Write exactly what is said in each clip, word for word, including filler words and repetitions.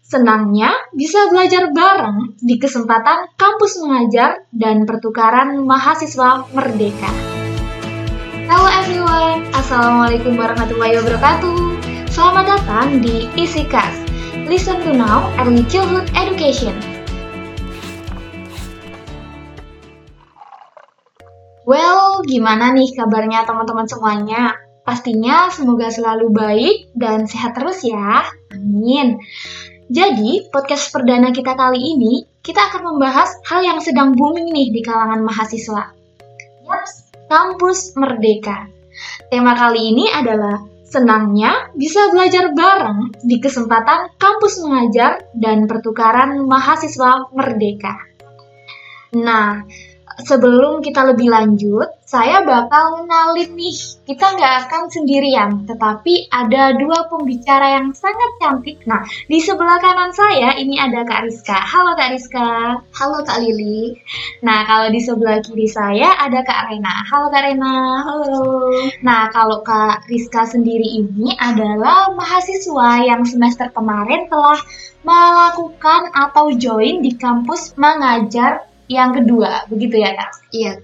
Senangnya bisa belajar bareng di kesempatan kampus mengajar dan pertukaran mahasiswa merdeka. Hello everyone, Assalamualaikum warahmatullahi wabarakatuh. Selamat datang di EasyCast, Listen to Now Early Childhood Education. Well, gimana nih kabarnya teman-teman semuanya? Pastinya semoga selalu baik dan sehat terus ya. Amin. Jadi, podcast perdana kita kali ini, kita akan membahas hal yang sedang booming nih di kalangan mahasiswa. Yaps, Kampus Merdeka. Tema kali ini adalah senangnya bisa belajar bareng di kesempatan kampus mengajar dan pertukaran mahasiswa merdeka. Nah, sebelum kita lebih lanjut, saya bakal ngenalin nih, kita nggak akan sendirian, tetapi ada dua pembicara yang sangat cantik. Nah, di sebelah kanan saya ini ada Kak Rizka. Halo Kak Rizka. Halo Kak Lili. Nah, kalau di sebelah kiri saya ada Kak Rena. Halo Kak Rena. Halo. Nah, kalau Kak Rizka sendiri ini adalah mahasiswa yang semester kemarin telah melakukan atau join di kampus mengajar yang kedua, begitu ya Kak? Iya.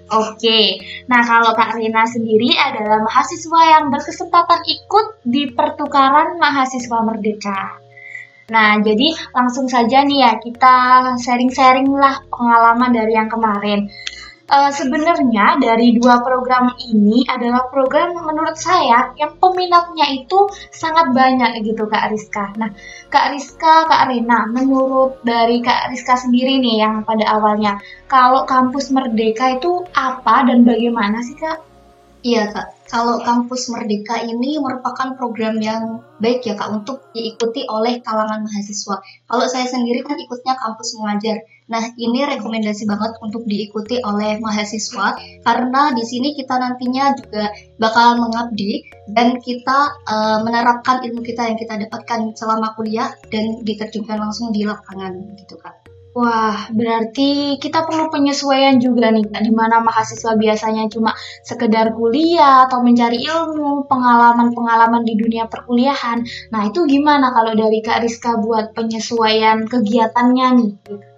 Oke, nah kalau Kak Rina sendiri adalah mahasiswa yang berkesempatan ikut di pertukaran mahasiswa merdeka. Nah, jadi langsung saja nih ya, kita sharing-sharing lah pengalaman dari yang kemarin. Uh, sebenarnya dari dua program ini adalah program menurut saya yang peminatnya itu sangat banyak gitu Kak Rizka. Nah, Kak Rizka, Kak Rena, menurut dari Kak Rizka sendiri nih yang pada awalnya, kalau kampus merdeka itu apa dan bagaimana sih Kak? Iya Kak, kalau kampus merdeka ini merupakan program yang baik ya Kak untuk diikuti oleh kalangan mahasiswa. Kalau saya sendiri kan ikutnya kampus mengajar. Nah ini rekomendasi banget untuk diikuti oleh mahasiswa karena di sini kita nantinya juga bakal mengabdi dan kita uh, menerapkan ilmu kita yang kita dapatkan selama kuliah dan diterjunkan langsung di lapangan gitu Kak. Wah, berarti kita perlu penyesuaian juga nih, Kak, di mana mahasiswa biasanya cuma sekedar kuliah atau mencari ilmu, pengalaman-pengalaman di dunia perkuliahan. Nah, itu gimana kalau dari Kak Rizka buat penyesuaian kegiatannya nih?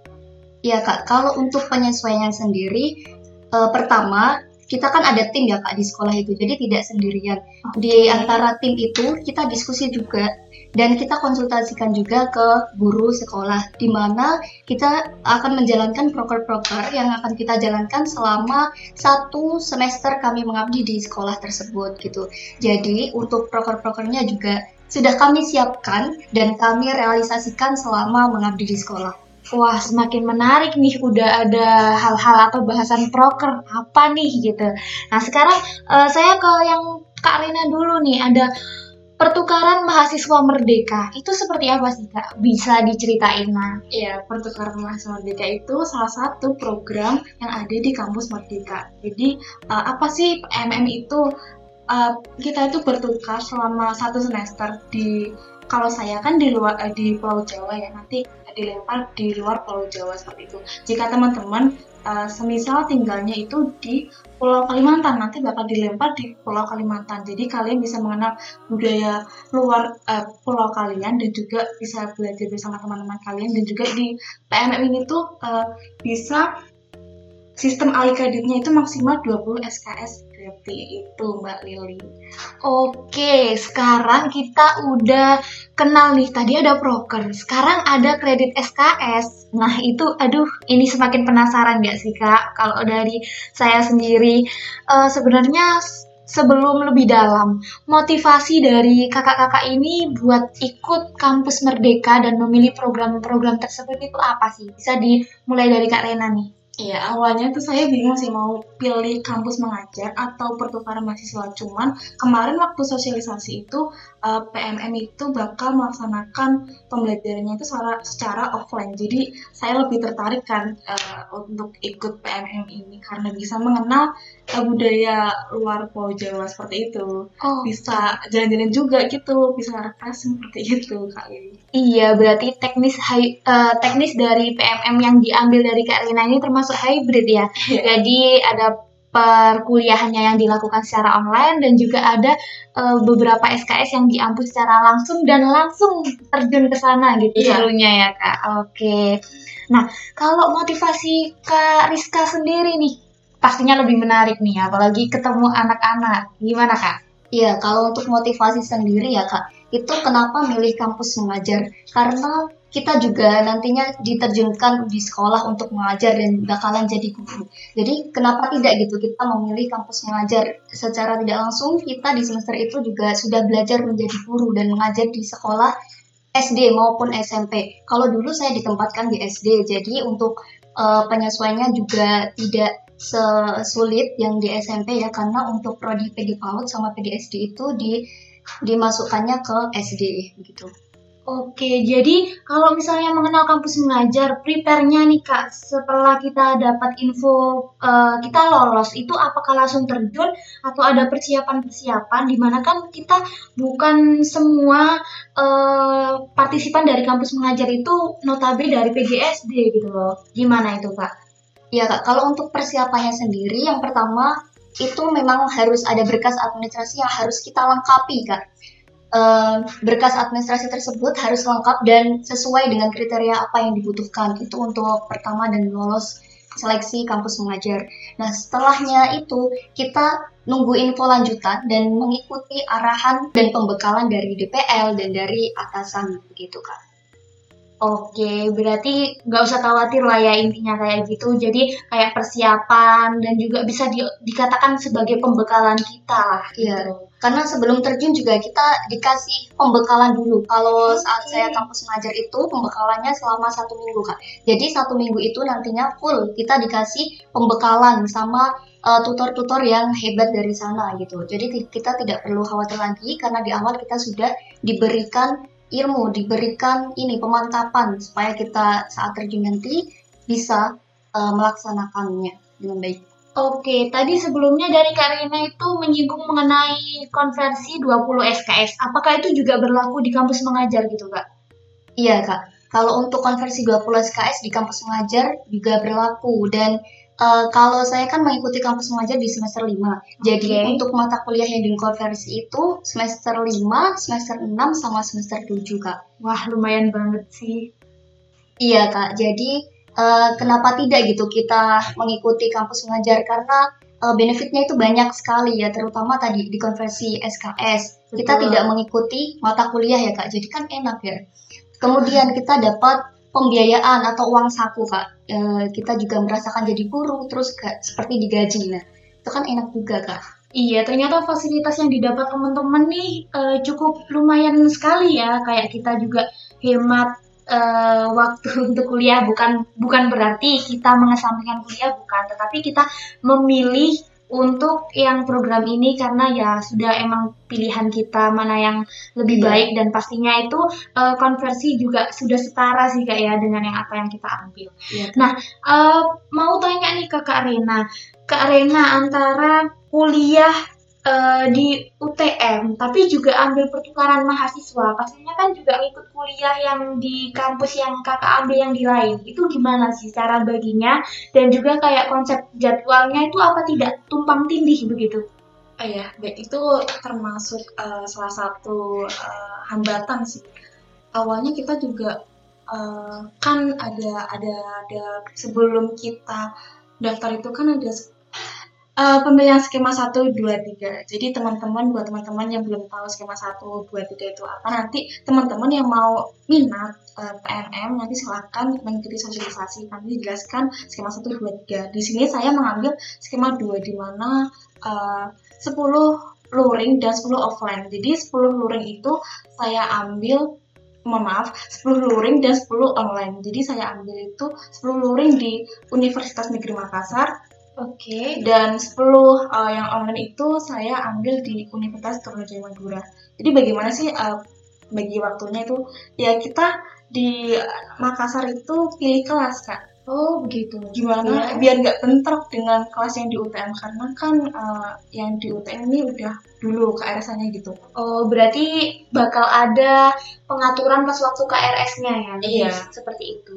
Iya, Kak. Kalau untuk penyesuaian sendiri, eh, pertama, kita kan ada tim ya Kak di sekolah itu, jadi tidak sendirian. Di antara tim itu kita diskusi juga dan kita konsultasikan juga ke guru sekolah, di mana kita akan menjalankan proker-proker yang akan kita jalankan selama satu semester kami mengabdi di sekolah tersebut gitu. Jadi untuk proker-prokernya juga sudah kami siapkan dan kami realisasikan selama mengabdi di sekolah. Wah, semakin menarik nih, udah ada hal-hal atau bahasan proker apa nih gitu. Nah, sekarang uh, saya ke yang Kak Rina dulu nih, ada pertukaran mahasiswa merdeka. Itu seperti apa sih Kak? Bisa diceritain nah? Iya, pertukaran mahasiswa merdeka itu salah satu program yang ada di kampus Merdeka. Jadi, uh, apa sih P M M itu? Uh, kita itu bertukar selama satu semester di, kalau saya kan di luar uh, di Pulau Jawa ya, nanti dilempar di luar Pulau Jawa seperti itu. Jika teman-teman uh, semisal tinggalnya itu di Pulau Kalimantan, nanti bakal dilempar di Pulau Kalimantan. Jadi kalian bisa mengenal budaya luar uh, pulau kalian dan juga bisa belajar bersama teman-teman kalian, dan juga di P M M ini tuh uh, bisa sistem alikreditnya itu maksimal dua puluh S K S. Seperti itu Mbak Lili. Oke, sekarang kita udah kenal nih, tadi ada proker, sekarang ada kredit S K S. Nah itu, aduh, ini semakin penasaran gak sih Kak? Kalau dari saya sendiri, uh, sebenarnya sebelum lebih dalam, motivasi dari kakak-kakak ini buat ikut kampus merdeka dan memilih program-program tersebut itu apa sih? Bisa dimulai dari Kak Rena nih. Iya, awalnya tuh saya bingung sih mau pilih kampus mengajar atau pertukaran mahasiswa. Cuman kemarin waktu sosialisasi itu uh, P M M itu bakal melaksanakan pembelajarannya itu secara, secara offline. Jadi saya lebih tertarik kan uh, untuk ikut P M M ini karena bisa mengenal uh, budaya luar Pulau Jawa seperti itu. Oh. Bisa jalan-jalan juga gitu, bisa refreshing seperti itu kali. Iya, berarti teknis hi, uh, teknis dari P M M yang diambil dari Kak Rina ini termasuk hybrid ya. Yeah. Jadi ada perkuliahannya yang dilakukan secara online dan juga ada uh, beberapa S K S yang diampu secara langsung dan langsung terjun ke sana gitu Iya. serunya ya Kak. Oke. Nah, kalau motivasi Kak Rizka sendiri nih pastinya lebih menarik nih apalagi ketemu anak-anak. Gimana Kak? Iya, kalau untuk motivasi sendiri ya Kak, itu kenapa milih kampus mengajar? Karena kita juga nantinya diterjunkan di sekolah untuk mengajar dan bakalan jadi guru. Jadi kenapa tidak gitu kita memilih kampus mengajar? Secara tidak langsung kita di semester itu juga sudah belajar menjadi guru dan mengajar di sekolah S D maupun S M P. Kalau dulu saya ditempatkan di S D, jadi untuk uh, penyesuaiannya juga tidak sesulit yang di S M P ya, karena untuk prodi P G PAUD sama P G S D itu di dimasukkannya ke S D gitu. Oke, jadi kalau misalnya mengenal kampus mengajar, prepare-nya nih Kak, setelah kita dapat info uh, kita lolos, itu apakah langsung terjun atau ada persiapan-persiapan di mana kan kita bukan semua uh, partisipan dari kampus mengajar itu notabene dari P G S D gitu loh. Gimana itu Kak? Ya Kak, kalau untuk persiapannya sendiri, yang pertama itu memang harus ada berkas administrasi yang harus kita lengkapi Kak. Uh, berkas administrasi tersebut harus lengkap dan sesuai dengan kriteria apa yang dibutuhkan. Itu untuk pertama dan lolos seleksi kampus mengajar. Nah, setelahnya itu kita nunggu info lanjutan dan mengikuti arahan dan pembekalan dari D P L dan dari atasan begitu Kak. Oke, berarti nggak usah khawatir lah ya intinya kayak gitu. Jadi kayak persiapan dan juga bisa di, dikatakan sebagai pembekalan kita lah. Iya, gitu. Karena sebelum terjun juga kita dikasih pembekalan dulu. Kalau Oke. saat saya kampus mengajar itu pembekalannya selama satu minggu Kak. Jadi satu minggu itu nantinya full kita dikasih pembekalan sama uh, tutor-tutor yang hebat dari sana gitu. Jadi kita tidak perlu khawatir lagi karena di awal kita sudah diberikan ilmu, diberikan ini pemantapan supaya kita saat terjun nanti bisa uh, melaksanakannya dengan baik. Oke, tadi sebelumnya dari Kak Rina itu menyinggung mengenai konversi dua puluh S K S. Apakah itu juga berlaku di kampus mengajar gitu, Kak? Iya, Kak. Kalau untuk konversi dua puluh S K S di kampus mengajar juga berlaku dan Uh, kalau saya kan mengikuti kampus mengajar di semester lima. Jadi okay. Untuk mata kuliah yang dikonversi itu semester lima, semester enam, sama semester tujuh, Kak. Wah, lumayan banget sih. Iya, Kak. Jadi uh, kenapa tidak gitu kita mengikuti kampus mengajar? Karena uh, benefitnya itu banyak sekali ya, terutama tadi di konversi S K S. Betul. Kita tidak mengikuti mata kuliah ya, Kak. Jadi kan enak ya. Kemudian kita dapat pembiayaan atau uang saku Kak, e, kita juga merasakan jadi guru terus gak, seperti digaji, nah itu kan enak juga Kak. Iya, ternyata fasilitas yang didapat teman-teman nih e, cukup lumayan sekali ya, kayak kita juga hemat e, waktu untuk kuliah, bukan bukan berarti kita mengesampingkan kuliah, bukan, tetapi kita memilih untuk yang program ini karena ya sudah emang pilihan kita mana yang lebih baik dan pastinya itu uh, konversi juga sudah setara sih Kak ya dengan yang apa yang kita ambil. Ya, nah uh, mau tanya nih ke Kak Rena, Kak Rena antara kuliah uh, di U T M tapi juga ambil pertukaran mahasiswa, pastinya kan juga ikut kuliah yang di kampus yang kakak ambil yang di lain, itu gimana sih cara baginya dan juga kayak konsep jadwalnya itu apa tidak tumpang tindih begitu? Oh ya, baik, itu termasuk uh, salah satu uh, hambatan sih. Awalnya kita juga uh, kan ada ada ada sebelum kita daftar itu kan ada uh, pembelian skema satu, dua, tiga. Jadi teman-teman, buat teman-teman yang belum tahu skema satu, dua, tiga itu apa, nanti teman-teman yang mau minat uh, P M M nanti silakan mengikuti sosialisasi. Nanti dijelaskan skema satu, dua, tiga. Di sini saya mengambil skema dua di mana uh, sepuluh luring dan sepuluh offline. Jadi sepuluh luring itu saya ambil, mohon maaf, sepuluh luring dan sepuluh online. Jadi saya ambil itu sepuluh luring di Universitas Negeri Makassar. Oke. Okay. Dan sepuluh uh, yang online itu saya ambil di Universitas Trunojoyo Madura. Jadi bagaimana sih uh, bagi waktunya itu? Ya kita di Makassar itu pilih kelas, Kak. Oh begitu. Gimana ya? Biar nggak bentrok dengan kelas yang di U T M karena kan uh, yang di U T M ini udah dulu K R S-nya gitu. Oh berarti bakal ada pengaturan pas waktu K R S-nya ya? Iya. Seperti itu.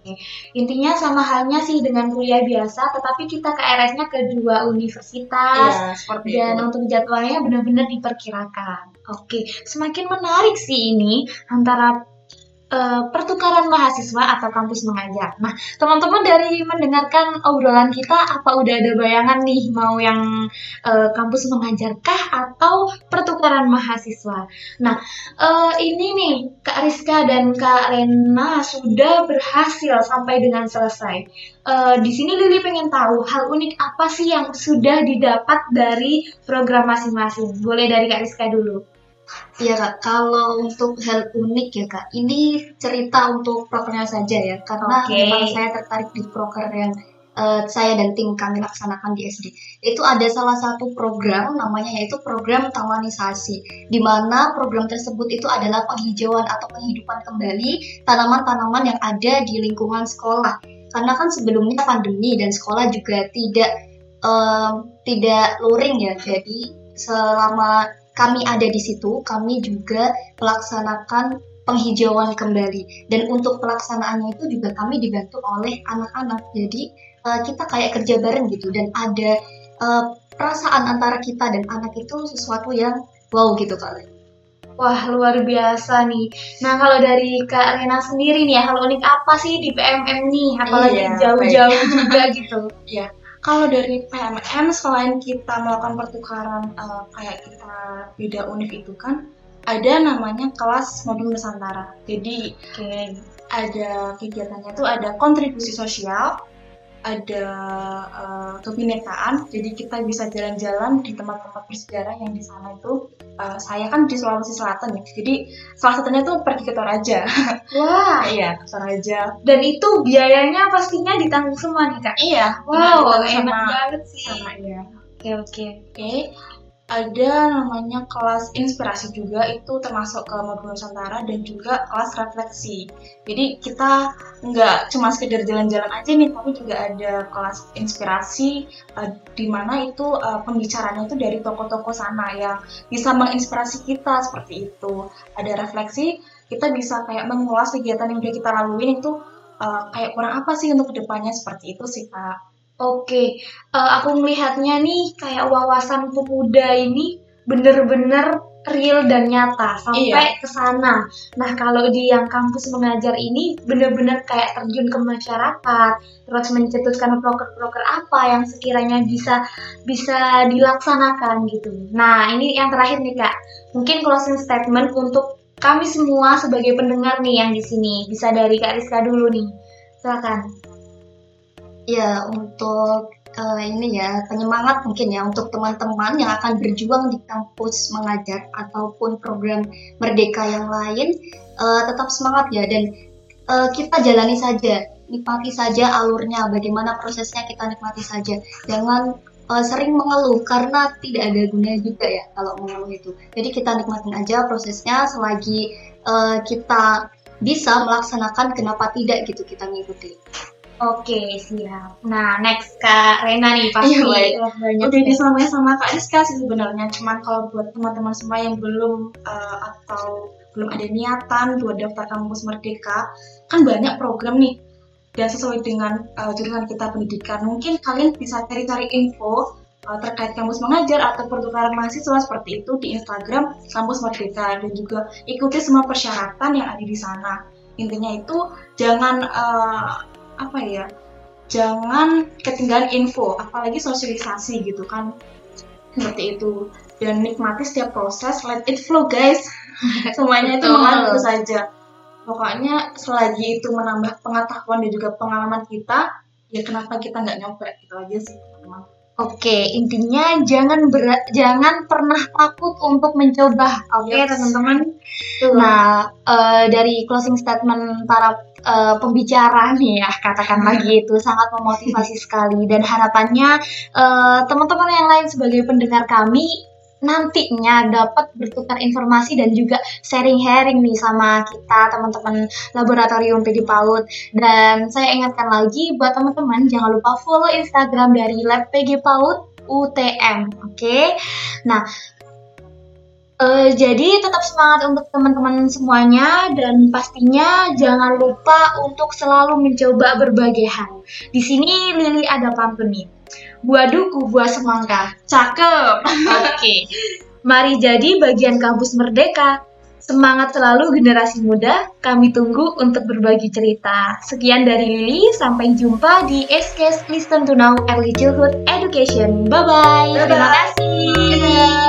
Intinya sama halnya sih dengan kuliah biasa, tetapi kita K R S-nya ke dua universitas. Iya, seperti Dan itu. untuk jadwalnya benar-benar diperkirakan. Oke, semakin menarik sih ini antara eh, pertukaran mahasiswa atau kampus mengajar. Nah, teman-teman dari mendengarkan obrolan kita, apa udah ada bayangan nih mau yang eh, kampus mengajarkah atau pertukaran mahasiswa? Nah, eh, ini nih Kak Rizka dan Kak Rena sudah berhasil sampai dengan selesai. Eh, di sini Lili pengen tahu hal unik apa sih yang sudah didapat dari program masing-masing. Boleh dari Kak Rizka dulu. Iya Kak, kalau untuk hal unik ya Kak, ini cerita untuk prokernya saja ya, karena Oke. memang saya tertarik di proker yang eh, saya dan tim kami laksanakan di S D. Itu ada salah satu program namanya yaitu program tamanisasi, di mana program tersebut itu adalah penghijauan atau penghidupan kembali tanaman-tanaman yang ada di lingkungan sekolah. Karena kan sebelumnya pandemi dan sekolah juga tidak em, tidak luring ya, jadi selama kami ada di situ, kami juga melaksanakan penghijauan kembali. Dan untuk pelaksanaannya itu juga kami dibantu oleh anak-anak. Jadi uh, kita kayak kerja bareng gitu. Dan ada uh, perasaan antara kita dan anak itu sesuatu yang wow gitu Kak. Wah, luar biasa nih. Nah, kalau dari Kak Rena sendiri nih, hal unik apa sih di P M M nih? Apalagi Iya, jauh-jauh juga gitu. Iya. Kalau dari P M M, selain kita melakukan pertukaran uh, kayak kita beda univ itu kan, ada namanya kelas modul Nusantara. Jadi Oke. ada kegiatannya tuh ada kontribusi sosial, ada uh, kebinekaan. Jadi kita bisa jalan-jalan di tempat-tempat bersejarah yang di sana itu. Uh, saya kan di Sulawesi Selatan ya. Jadi salah satunya tuh pergi ke Toraja. Wah, Iya, ke Toraja. dan itu biayanya pastinya ditanggung semua nih, Kak. Iya, Wow, nah, enak sama banget sih. sama ya. Oke, oke. Oke, ada namanya kelas inspirasi juga, itu termasuk ke modul Nusantara dan juga kelas refleksi. Jadi kita nggak cuma sekedar jalan-jalan aja nih, tapi juga ada kelas inspirasi uh, di mana itu uh, pembicaranya itu dari tokoh-tokoh sana yang bisa menginspirasi kita seperti itu. Ada refleksi, kita bisa kayak mengulas kegiatan yang udah kita laluin itu uh, kayak kurang apa sih untuk kedepannya, seperti itu sih Kak. Oke, eh, aku melihatnya nih kayak wawasan pemuda ini bener-bener real dan nyata sampai ke sana. Nah, kalau di yang kampus mengajar ini bener-bener kayak terjun ke masyarakat, terus mencetuskan proker-proker apa yang sekiranya bisa bisa dilaksanakan gitu. Nah, ini yang terakhir nih Kak. Mungkin closing statement untuk kami semua sebagai pendengar nih yang di sini. Bisa dari Kak Rizka dulu nih. Silakan. Ya, untuk uh, ini ya, penyemangat mungkin ya untuk teman-teman yang akan berjuang di kampus mengajar ataupun program Merdeka yang lain, uh, tetap semangat ya, dan uh, kita jalani saja, nikmati saja alurnya, bagaimana prosesnya kita nikmati saja. Jangan uh, sering mengeluh karena tidak ada gunanya juga ya kalau mengeluh itu. Jadi kita nikmatin aja prosesnya selagi uh, kita bisa melaksanakan, kenapa tidak gitu kita ngikuti. Oke, siap. Nah, next Kak Rena nih pasti. Iya, baik. Wah, banyak Udah ya. disampaikan sama Kak Rizka sih sebenarnya. Cuman kalau buat teman-teman semua yang belum uh, atau belum ada niatan buat daftar kampus Merdeka, kan banyak program nih. Dan sesuai dengan uh, jurusan kita pendidikan, mungkin kalian bisa cari-cari info uh, terkait kampus mengajar atau pertukaran mahasiswa seperti itu di Instagram Kampus Merdeka, dan juga ikuti semua persyaratan yang ada di sana. Intinya itu jangan uh, apa ya, jangan ketinggalan info, apalagi sosialisasi gitu kan, seperti itu. Dan nikmati setiap proses, let it flow guys. Semuanya itu Betul. mengalir saja. Pokoknya selagi itu menambah pengetahuan dan juga pengalaman kita, ya kenapa kita nggak nyoba, gitu aja sih teman-teman. Oke, intinya jangan ber- jangan pernah takut untuk mencoba. Oke, Yes. teman-teman. Tuh. Nah, eh, dari closing statement para eh, pembicara nih ya, katakan lagi itu sangat memotivasi sekali, dan harapannya eh, teman-teman yang lain sebagai pendengar kami nantinya dapat bertukar informasi dan juga sharing-sharing nih sama kita teman-teman laboratorium P G PAUD. Dan saya ingatkan lagi buat teman-teman jangan lupa follow Instagram dari Lab P G PAUD U T M. Oke. Nah, Eh, jadi tetap semangat untuk teman-teman semuanya dan pastinya jangan lupa untuk selalu mencoba berbagai hal. Di sini Lili ada pantun nih. Buah duku, buah semangka. Cakep. Oke. Mari jadi bagian kampus Merdeka. Semangat selalu generasi muda. Kami tunggu untuk berbagi cerita. Sekian dari Lili. Sampai jumpa di S K S Listen to Now Early Childhood Education. Bye-bye. Bye-bye. Terima kasih.